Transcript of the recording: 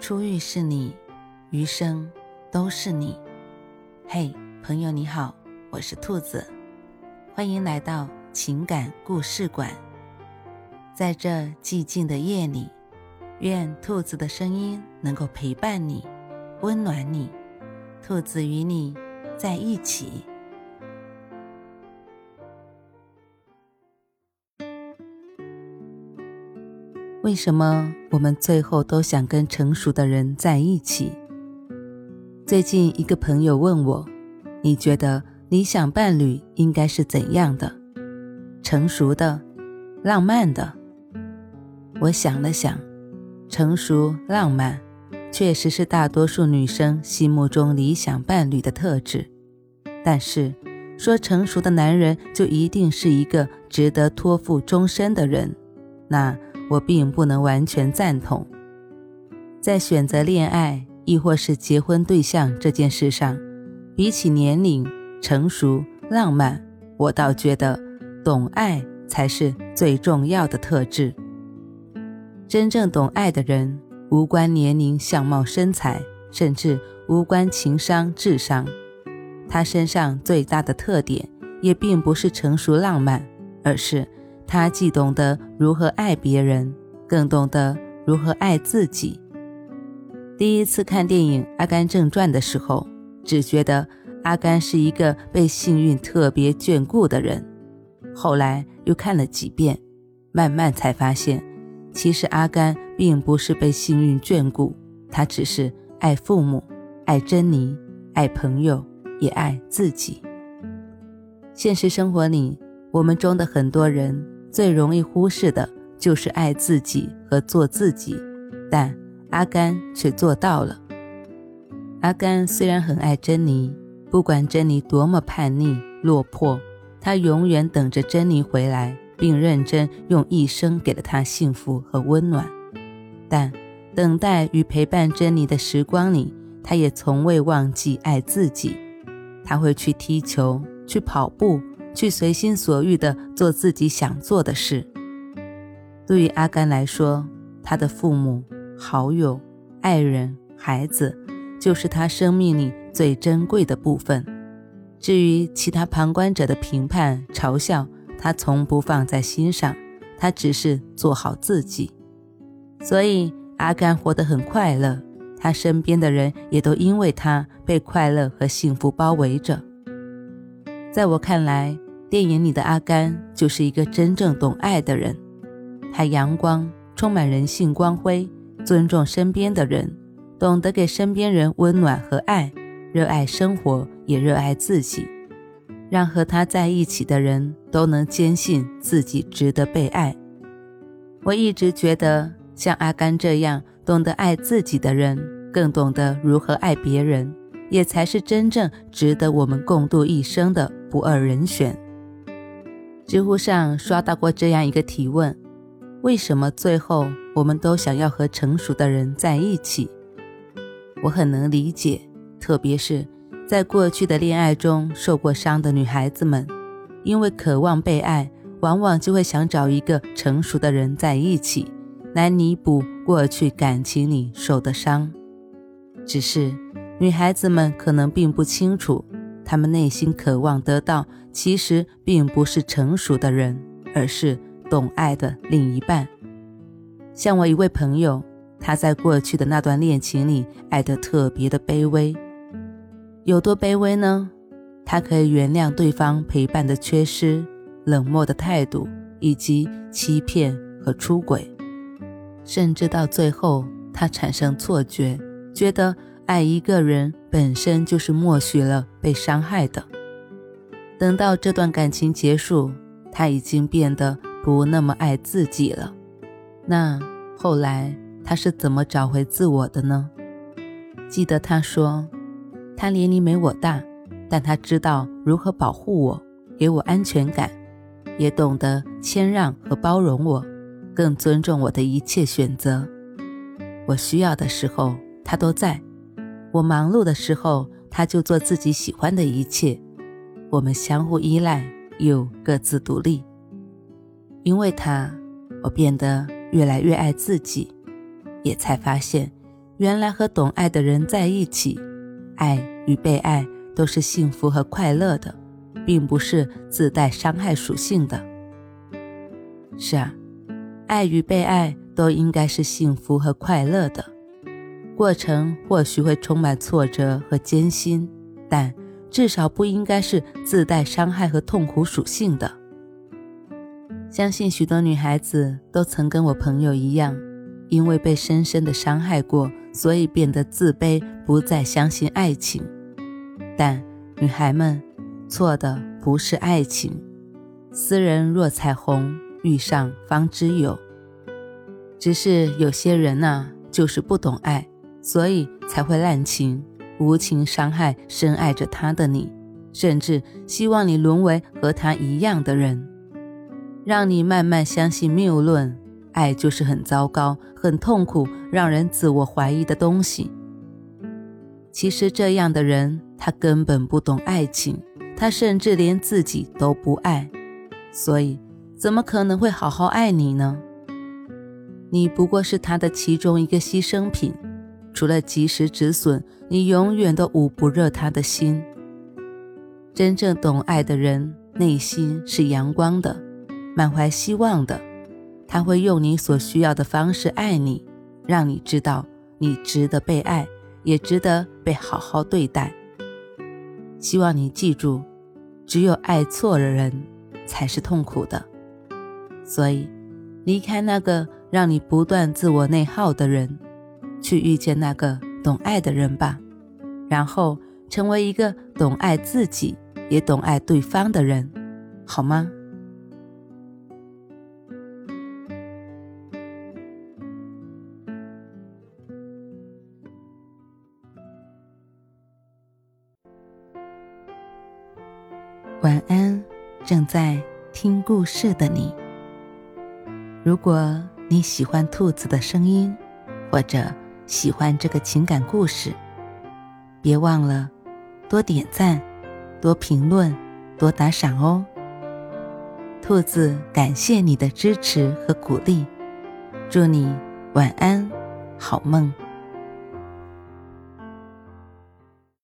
初遇是你，余生都是你。嘿，朋友你好，我是兔子，欢迎来到情感故事馆。在这寂静的夜里，愿兔子的声音能够陪伴你，温暖你。兔子与你在一起。为什么我们最后都想跟成熟的人在一起？最近一个朋友问我，你觉得理想伴侣应该是怎样的？成熟的，浪漫的？我想了想，成熟浪漫确实是大多数女生心目中理想伴侣的特质，但是说成熟的男人就一定是一个值得托付终身的人，那我并不能完全赞同。在选择恋爱亦或是结婚对象这件事上，比起年龄、成熟、浪漫，我倒觉得懂爱才是最重要的特质。真正懂爱的人，无关年龄、相貌、身材，甚至无关情商、智商。他身上最大的特点也并不是成熟浪漫，而是他既懂得如何爱别人，更懂得如何爱自己。第一次看电影《阿甘正传》的时候，只觉得阿甘是一个被幸运特别眷顾的人，后来又看了几遍，慢慢才发现，其实阿甘并不是被幸运眷顾，他只是爱父母，爱珍妮，爱朋友，也爱自己。现实生活里，我们中的很多人最容易忽视的就是爱自己和做自己，但阿甘却做到了。阿甘虽然很爱珍妮，不管珍妮多么叛逆落魄，他永远等着珍妮回来，并认真用一生给了她幸福和温暖。但等待与陪伴珍妮的时光里，他也从未忘记爱自己。他会去踢球，去跑步，去随心所欲地做自己想做的事。对于阿甘来说，他的父母、好友、爱人、孩子，就是他生命里最珍贵的部分。至于其他旁观者的评判、嘲笑，他从不放在心上，他只是做好自己。所以阿甘活得很快乐，他身边的人也都因为他被快乐和幸福包围着。在我看来，电影里的阿甘就是一个真正懂爱的人。他阳光，充满人性光辉，尊重身边的人，懂得给身边人温暖和爱，热爱生活，也热爱自己，让和他在一起的人都能坚信自己值得被爱。我一直觉得，像阿甘这样懂得爱自己的人，更懂得如何爱别人，也才是真正值得我们共度一生的不二人选。知乎上刷到过这样一个提问，为什么最后我们都想要和成熟的人在一起？我很能理解，特别是在过去的恋爱中受过伤的女孩子们，因为渴望被爱，往往就会想找一个成熟的人在一起，来弥补过去感情里受的伤。只是女孩子们可能并不清楚，她们内心渴望得到，其实并不是成熟的人，而是懂爱的另一半。像我一位朋友，他在过去的那段恋情里爱得特别的卑微。有多卑微呢？他可以原谅对方陪伴的缺失、冷漠的态度，以及欺骗和出轨。甚至到最后，他产生错觉，觉得爱一个人本身就是默许了被伤害的。等到这段感情结束，他已经变得不那么爱自己了。那后来他是怎么找回自我的呢？记得他说，他年龄没我大，但他知道如何保护我，给我安全感，也懂得谦让和包容我，更尊重我的一切选择。我需要的时候他都在，我忙碌的时候他就做自己喜欢的一切，我们相互依赖又各自独立。因为他，我变得越来越爱自己，也才发现原来和懂爱的人在一起，爱与被爱都是幸福和快乐的，并不是自带伤害属性的。是啊，爱与被爱都应该是幸福和快乐的，过程或许会充满挫折和艰辛，但至少不应该是自带伤害和痛苦属性的。相信许多女孩子都曾跟我朋友一样，因为被深深的伤害过，所以变得自卑，不再相信爱情。但女孩们，错的不是爱情，斯人若彩虹，遇上方知有。只是有些人啊，就是不懂爱，所以才会滥情，无情伤害深爱着他的你，甚至希望你沦为和他一样的人，让你慢慢相信谬论，爱就是很糟糕、很痛苦、让人自我怀疑的东西。其实这样的人，他根本不懂爱情，他甚至连自己都不爱，所以怎么可能会好好爱你呢？你不过是他的其中一个牺牲品，除了及时止损，你永远都捂不热他的心。真正懂爱的人，内心是阳光的，满怀希望的，他会用你所需要的方式爱你，让你知道你值得被爱，也值得被好好对待。希望你记住，只有爱错了人才是痛苦的。所以离开那个让你不断自我内耗的人，去遇见那个懂爱的人吧，然后成为一个懂爱自己也懂爱对方的人，好吗？晚安，正在听故事的你。如果你喜欢兔子的声音，或者喜欢这个情感故事，别忘了多点赞、多评论、多打赏哦。兔子感谢你的支持和鼓励，祝你晚安，好梦。